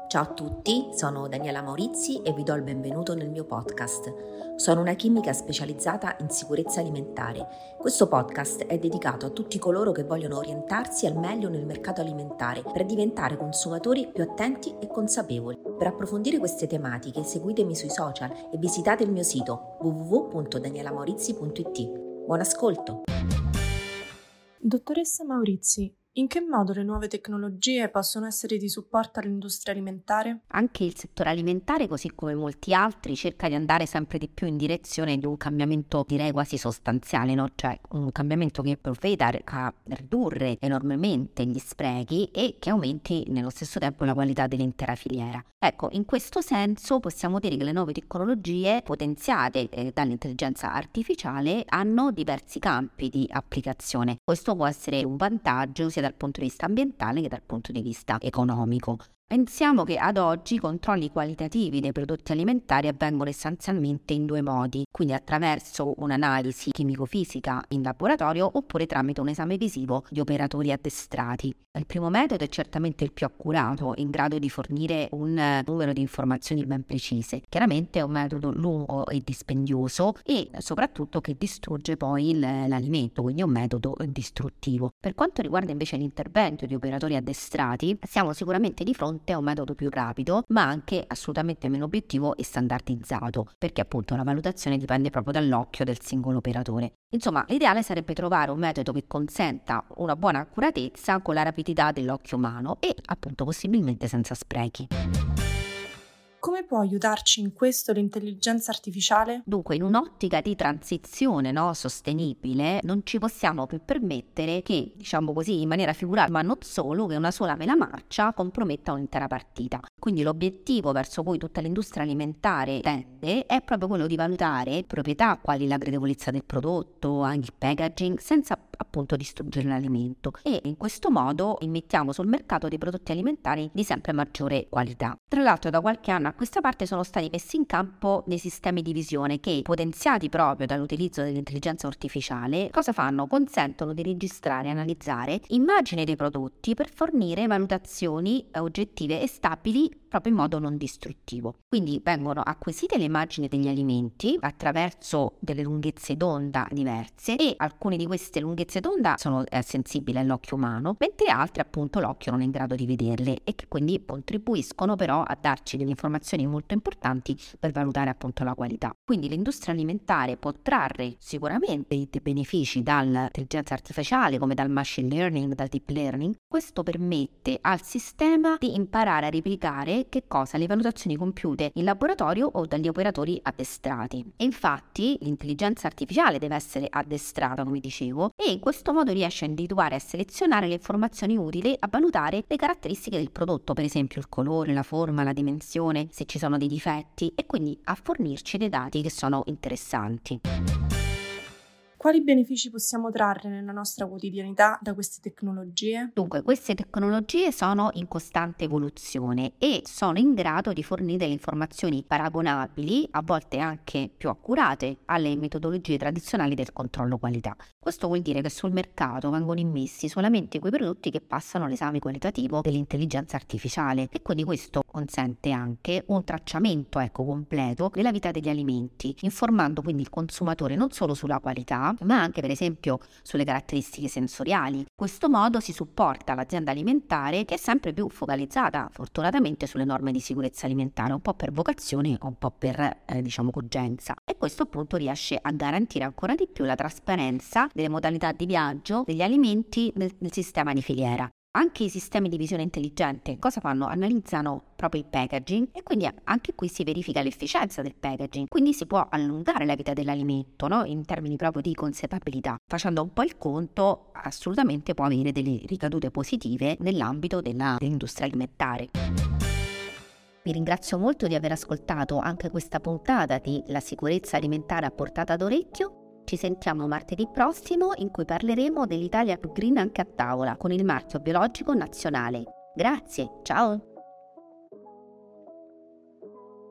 Ciao a tutti, sono Daniela Maurizi e vi do il benvenuto nel mio podcast. Sono una chimica specializzata in sicurezza alimentare. Questo podcast è dedicato a tutti coloro che vogliono orientarsi al meglio nel mercato alimentare per diventare consumatori più attenti e consapevoli. Per approfondire queste tematiche seguitemi sui social e visitate il mio sito www.danielamaurizi.it. Buon ascolto! Dottoressa Maurizi, in che modo le nuove tecnologie possono essere di supporto all'industria alimentare? Anche il settore alimentare, così come molti altri, cerca di andare sempre di più in direzione di un cambiamento, direi quasi sostanziale, no? Cioè un cambiamento che provveda a ridurre enormemente gli sprechi e che aumenti nello stesso tempo la qualità dell'intera filiera. Ecco, in questo senso possiamo dire che le nuove tecnologie potenziate dall'intelligenza artificiale hanno diversi campi di applicazione. Questo può essere un vantaggio sia dal punto di vista ambientale che dal punto di vista economico. Pensiamo che ad oggi i controlli qualitativi dei prodotti alimentari avvengono essenzialmente in due modi, quindi attraverso un'analisi chimico-fisica in laboratorio oppure tramite un esame visivo di operatori addestrati. Il primo metodo è certamente il più accurato, in grado di fornire un numero di informazioni ben precise. Chiaramente è un metodo lungo e dispendioso e soprattutto che distrugge poi l'alimento, quindi è un metodo distruttivo. Per quanto riguarda invece l'intervento di operatori addestrati, siamo sicuramente di fronte a un metodo più rapido, ma anche assolutamente meno obiettivo e standardizzato, perché appunto la valutazione dipende proprio dall'occhio del singolo operatore. Insomma, l'ideale sarebbe trovare un metodo che consenta una buona accuratezza con la rapidità dell'occhio umano e appunto possibilmente senza sprechi. Come può aiutarci in questo l'intelligenza artificiale? Dunque, in un'ottica di transizione sostenibile, non ci possiamo più permettere che, diciamo così, in maniera figurata, ma non solo, che una sola mela marcia comprometta un'intera partita. Quindi l'obiettivo verso cui tutta l'industria alimentare tende è proprio quello di valutare proprietà quali la gradevolezza del prodotto, anche il packaging, senza appunto distruggere l'alimento, e in questo modo immettiamo sul mercato dei prodotti alimentari di sempre maggiore qualità. Tra l'altro da qualche anno a questa parte sono stati messi in campo dei sistemi di visione che, potenziati proprio dall'utilizzo dell'intelligenza artificiale, cosa fanno? Consentono di registrare e analizzare immagini dei prodotti per fornire valutazioni oggettive e stabili proprio in modo non distruttivo. Quindi vengono acquisite le immagini degli alimenti attraverso delle lunghezze d'onda diverse e alcune di queste lunghezze d'onda sono sensibili all'occhio umano, mentre altre appunto l'occhio non è in grado di vederle e che quindi contribuiscono però a darci delle informazioni molto importanti per valutare appunto la qualità. Quindi l'industria alimentare può trarre sicuramente dei benefici dall'intelligenza artificiale come dal machine learning, dal deep learning. Questo permette al sistema di imparare a replicare che cosa? Le valutazioni compiute in laboratorio o dagli operatori addestrati. E infatti l'intelligenza artificiale deve essere addestrata, come dicevo, e in questo modo riesce a individuare e a selezionare le informazioni utili a valutare le caratteristiche del prodotto, per esempio il colore, la forma, la dimensione, se ci sono dei difetti, e quindi a fornirci dei dati che sono interessanti. Quali benefici possiamo trarre nella nostra quotidianità da queste tecnologie? Dunque, queste tecnologie sono in costante evoluzione e sono in grado di fornire delle informazioni paragonabili, a volte anche più accurate, alle metodologie tradizionali del controllo qualità. Questo vuol dire che sul mercato vengono immessi solamente quei prodotti che passano l'esame qualitativo dell'intelligenza artificiale e quindi questo consente anche un tracciamento completo della vita degli alimenti, informando quindi il consumatore non solo sulla qualità, ma anche per esempio sulle caratteristiche sensoriali. In questo modo si supporta l'azienda alimentare, che è sempre più focalizzata fortunatamente sulle norme di sicurezza alimentare, un po' per vocazione o un po' per cogenza, e questo appunto riesce a garantire ancora di più la trasparenza delle modalità di viaggio degli alimenti nel sistema di filiera. Anche i sistemi di visione intelligente cosa fanno? Analizzano proprio il packaging e quindi anche qui si verifica l'efficienza del packaging, quindi si può allungare la vita dell'alimento, in termini proprio di conservabilità. Facendo un po' il conto, assolutamente può avere delle ricadute positive nell'ambito dell'industria alimentare. Vi ringrazio molto di aver ascoltato anche questa puntata di La sicurezza alimentare a portata d'orecchio. Ci sentiamo martedì prossimo, in cui parleremo dell'Italia più green anche a tavola, con il marchio biologico nazionale. Grazie, ciao!